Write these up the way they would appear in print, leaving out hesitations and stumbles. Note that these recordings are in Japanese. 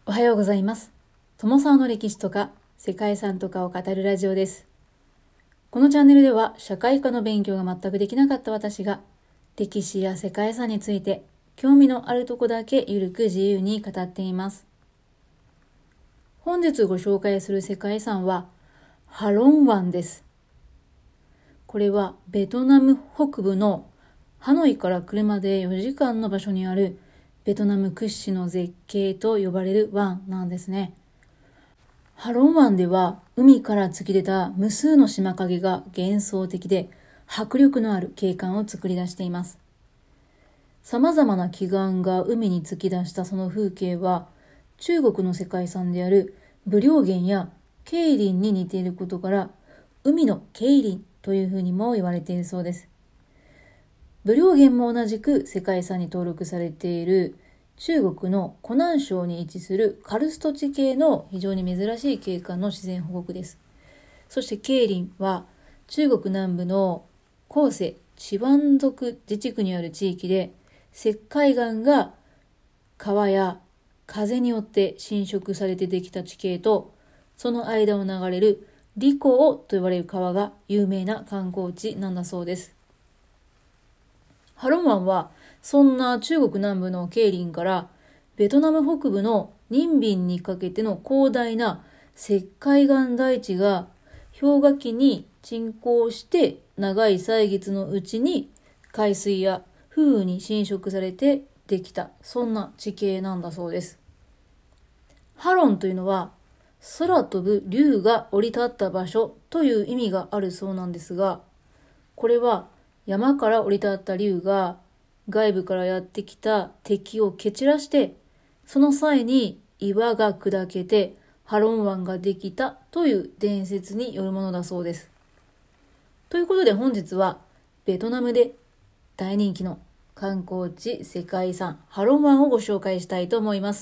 おはようございます。友沢の歴史とか世界遺産とかを語るラジオです。このチャンネルでは社会科の勉強が全くできなかった私が歴史や世界遺産について興味のあるとこだけゆるく自由に語っています。本日ご紹介する世界遺産はハロン湾です。これはベトナム北部のハノイから車で4時間の場所にあるベトナム屈指の絶景と呼ばれる湾なんですね。ハロン湾では海から突き出た無数の島影が幻想的で迫力のある景観を作り出しています。様々な奇岩が海に突き出したその風景は中国の世界遺産である武陵源や桂林に似ていることから海の桂林というふうにも言われているそうです。武陵源も同じく世界遺産に登録されている中国の湖南省に位置するカルスト地形の非常に珍しい景観の自然保護区です。そして桂林は中国南部の広西チワン族自治区にある地域で石灰岩が川や風によって浸食されてできた地形とその間を流れる利口と呼ばれる川が有名な観光地なんだそうです。ハロン湾はそんな中国南部の桂林からベトナム北部のニンビンにかけての広大な石灰岩台地が氷河期に沈降して長い歳月のうちに海水や風雨に浸食されてできた、そんな地形なんだそうです。ハロンというのは空飛ぶ竜が降り立った場所という意味があるそうなんですが、これは山から降り立った竜が外部からやってきた敵を蹴散らして、その際に岩が砕けてハロン湾ができたという伝説によるものだそうです。ということで本日はベトナムで大人気の観光地世界遺産ハロン湾をご紹介したいと思います。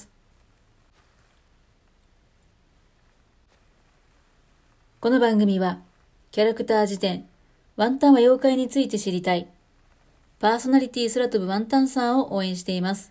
この番組はキャラクター辞典ワンタンは妖怪について知りたい。パーソナリティ空飛ぶワンタンさんを応援しています。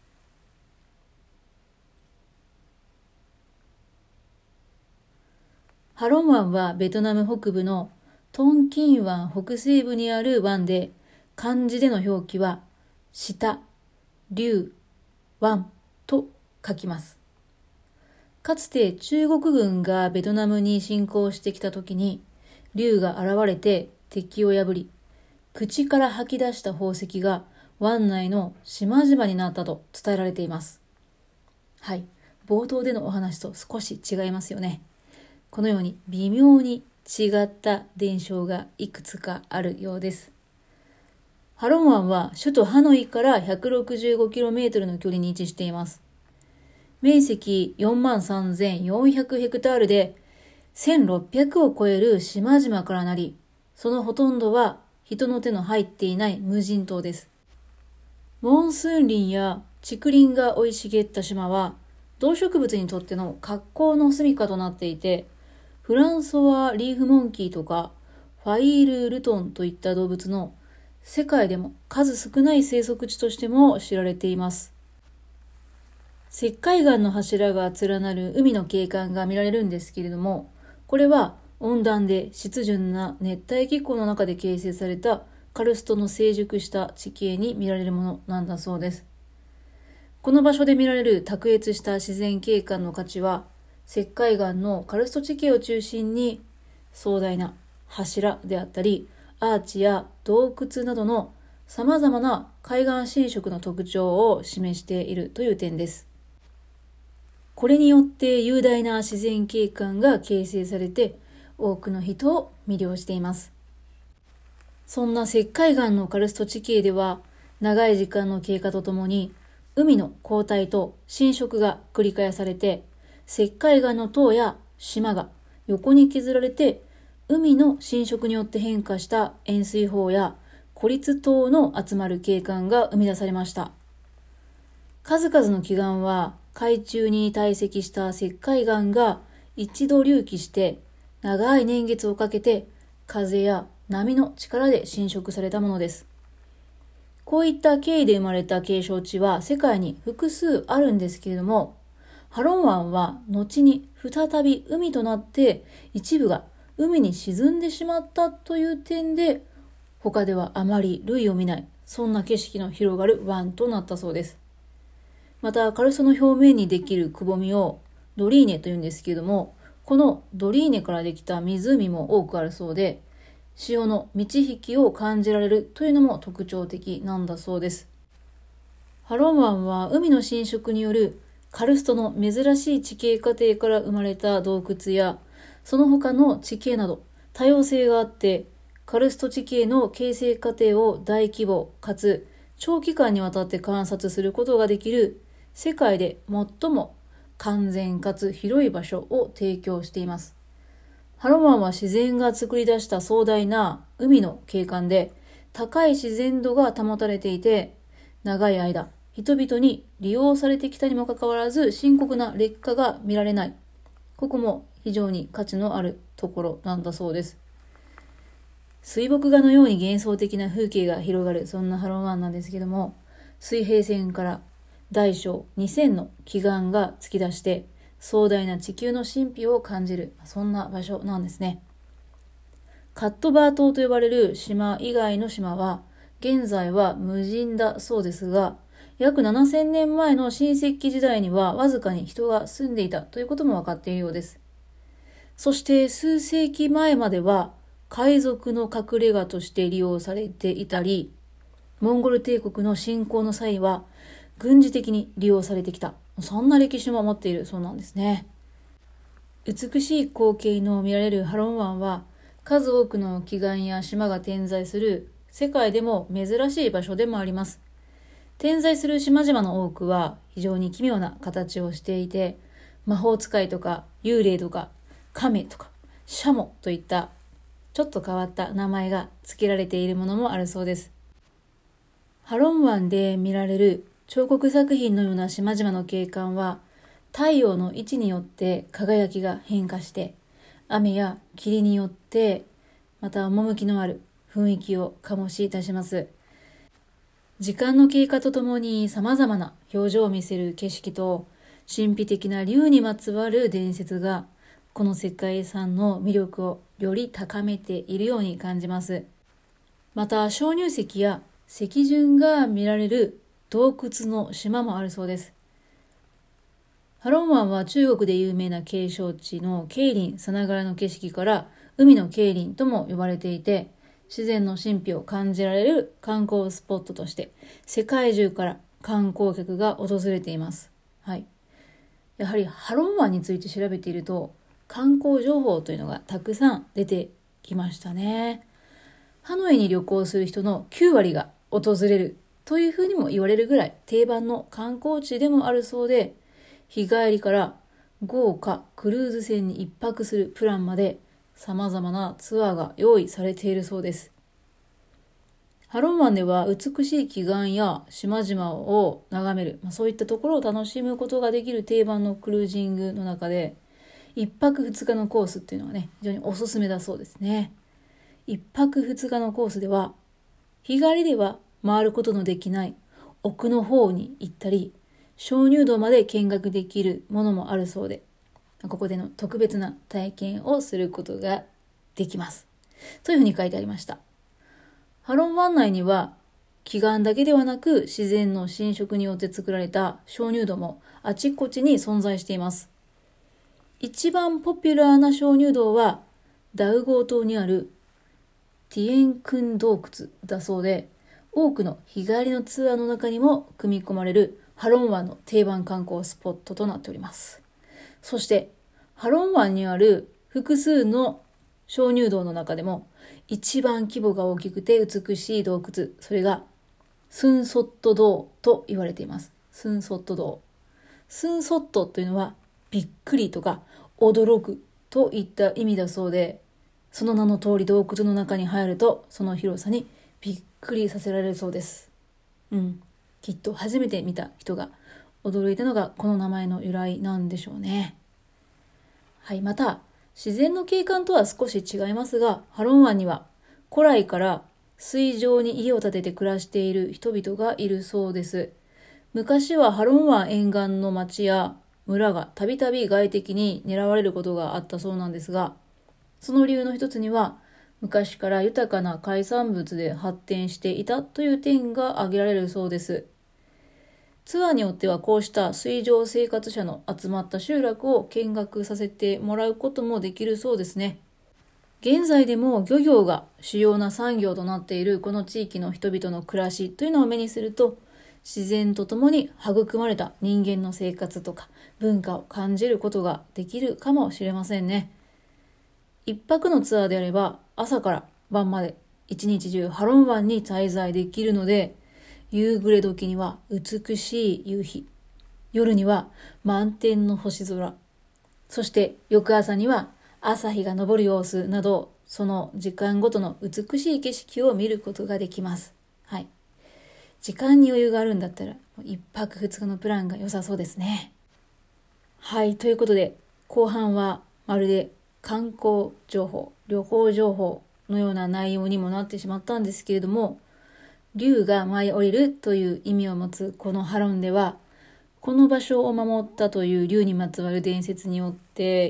ハロン湾はベトナム北部のトンキン湾北西部にある湾で、漢字での表記は下、竜、湾と書きます。かつて中国軍がベトナムに侵攻してきた時に、竜が現れて敵を破り、口から吐き出した宝石が湾内の島々になったと伝えられています。はい、冒頭でのお話と少し違いますよね。このように微妙に違った伝承がいくつかあるようです。ハロン湾は首都ハノイから 165km の距離に位置しています。面積43,400ヘクタールで1600を超える島々からなり、そのほとんどは人の手の入っていない無人島です。モンスーン林や竹林が生い茂った島は動植物にとっての格好の住処となっていて、フランソワリーフモンキーとかファイールルトンといった動物の世界でも数少ない生息地としても知られています。石灰岩の柱が連なる海の景観が見られるんですけれども、これは温暖で湿潤な熱帯気候の中で形成されたカルストの成熟した地形に見られるものなんだそうです。この場所で見られる卓越した自然景観の価値は、石灰岩のカルスト地形を中心に壮大な柱であったり、アーチや洞窟などの様々な海岸浸食の特徴を示しているという点です。これによって雄大な自然景観が形成されて多くの人を魅了しています。そんな石灰岩のカルスト地形では長い時間の経過とともに海の後退と浸食が繰り返されて、石灰岩の塔や島が横に削られて海の浸食によって変化した塩水法や孤立島の集まる景観が生み出されました。数々の奇岩は海中に堆積した石灰岩が一度隆起して長い年月をかけて風や波の力で浸食されたものです。こういった経緯で生まれた景勝地は世界に複数あるんですけれども、 ハロン湾は後に再び海となって一部が海に沈んでしまったという点で、他ではあまり類を見ない、そんな景色の広がる湾となったそうです。またカルストの表面にできるくぼみをドリーネというんですけれども、このドリーネからできた湖も多くあるそうで、潮の満ち引きを感じられるというのも特徴的なんだそうです。ハロン湾は海の浸食によるカルストの珍しい地形過程から生まれた洞窟や、その他の地形など多様性があって、カルスト地形の形成過程を大規模かつ長期間にわたって観察することができる世界で最も完全かつ広い場所を提供しています。ハロン湾は自然が作り出した壮大な海の景観で、高い自然度が保たれていて、長い間人々に利用されてきたにもかかわらず深刻な劣化が見られない。ここも非常に価値のあるところなんだそうです。水墨画のように幻想的な風景が広がる、そんなハロン湾なんですけども、水平線から大小2000の奇岩が突き出して壮大な地球の神秘を感じる、そんな場所なんですね。カットバー島と呼ばれる島以外の島は現在は無人だそうですが、約7000年前の新石器時代にはわずかに人が住んでいたということも分かっているようです。そして数世紀前までは海賊の隠れ家として利用されていたり、モンゴル帝国の侵攻の際は軍事的に利用されてきた、そんな歴史も持っているそうなんですね。美しい光景の見られるハロン湾は数多くの奇岩や島が点在する世界でも珍しい場所でもあります。点在する島々の多くは非常に奇妙な形をしていて、魔法使いとか幽霊とか亀とかシャモといったちょっと変わった名前が付けられているものもあるそうです。ハロン湾で見られる彫刻作品のような島々の景観は、太陽の位置によって輝きが変化して、雨や霧によってまた趣のある雰囲気を醸し出します。時間の経過とともに様々な表情を見せる景色と神秘的な竜にまつわる伝説が、この世界遺産の魅力をより高めているように感じます。また鍾乳石や石筍が見られる洞窟の島もあるそうです。ハロン湾は中国で有名な景勝地の桂林さながらの景色から海の桂林とも呼ばれていて、自然の神秘を感じられる観光スポットとして世界中から観光客が訪れています。はい。やはりハロン湾について調べていると観光情報というのがたくさん出てきましたね。ハノイに旅行する人の9割が訪れるというふうにも言われるぐらい定番の観光地でもあるそうで、日帰りから豪華クルーズ船に一泊するプランまで様々なツアーが用意されているそうです。ハロン湾では美しい奇岩や島々を眺める、そういったところを楽しむことができる定番のクルージングの中で、一泊二日のコースっていうのがね、非常におすすめだそうですね。一泊二日のコースでは、日帰りでは回ることのできない奥の方に行ったり、鍾乳洞まで見学できるものもあるそうで、ここでの特別な体験をすることができます。というふうに書いてありました。ハロン湾内には奇岩だけではなく自然の浸食によって作られた鍾乳洞もあちこちに存在しています。一番ポピュラーな鍾乳洞はダウゴー島にあるティエンクン洞窟だそうで、多くの日帰りのツアーの中にも組み込まれるハロン湾の定番観光スポットとなっております。そしてハロン湾にある複数の鍾乳洞の中でも一番規模が大きくて美しい洞窟、それがスンソット洞と言われています。スンソット洞。スンソットというのはびっくりとか驚くといった意味だそうで、その名の通り洞窟の中に入るとその広さにびっくりさせられるそうです。きっと初めて見た人が驚いたのがこの名前の由来なんでしょうね。はい、また自然の景観とは少し違いますが、ハロン湾には古来から水上に家を建てて暮らしている人々がいるそうです。昔はハロン湾沿岸の町や村がたびたび外敵に狙われることがあったそうなんですが、その理由の一つには、昔から豊かな海産物で発展していたという点が挙げられるそうです。ツアーによってはこうした水上生活者の集まった集落を見学させてもらうこともできるそうですね。現在でも漁業が主要な産業となっているこの地域の人々の暮らしというのを目にすると、自然とともに育まれた人間の生活とか文化を感じることができるかもしれませんね。一泊のツアーであれば朝から晩まで一日中ハロン湾に滞在できるので、夕暮れ時には美しい夕日、夜には満天の星空、そして翌朝には朝日が昇る様子など、その時間ごとの美しい景色を見ることができます。はい。時間に余裕があるんだったら、一泊二日のプランが良さそうですね。はい。ということで、後半はまるで観光情報、旅行情報のような内容にもなってしまったんですけれども、竜が舞い降りるという意味を持つこのハロンでは、この場所を守ったという竜にまつわる伝説によって、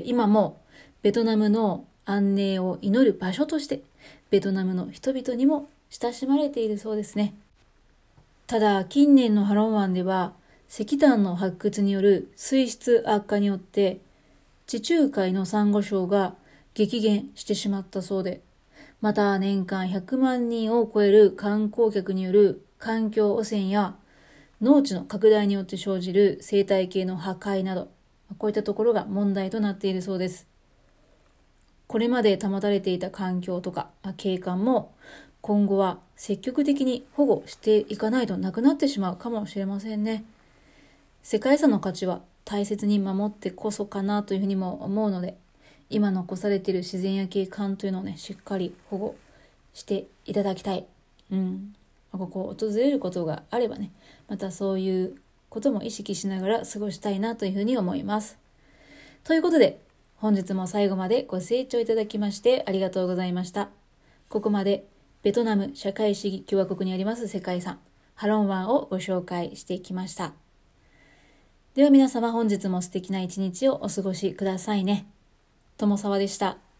今もベトナムの安寧を祈る場所として、ベトナムの人々にも親しまれているそうですね。ただ、近年のハロン湾では、石炭の発掘による水質悪化によって、地中海のサンゴ礁が激減してしまったそうで、また年間100万人を超える観光客による環境汚染や農地の拡大によって生じる生態系の破壊など、こういったところが問題となっているそうです。これまで保たれていた環境とか景観も今後は積極的に保護していかないとなくなってしまうかもしれませんね。世界遺産の価値は大切に守ってこそかなというふうにも思うので、今残されている自然や景観というのをね、しっかり保護していただきたい。ここを訪れることがあればね、またそういうことも意識しながら過ごしたいなというふうに思います。ということで、本日も最後までご清聴いただきましてありがとうございました。ここまでベトナム社会主義共和国にあります世界遺産、ハロン湾をご紹介してきました。では皆様、本日も素敵な一日をお過ごしくださいね。友沢でした。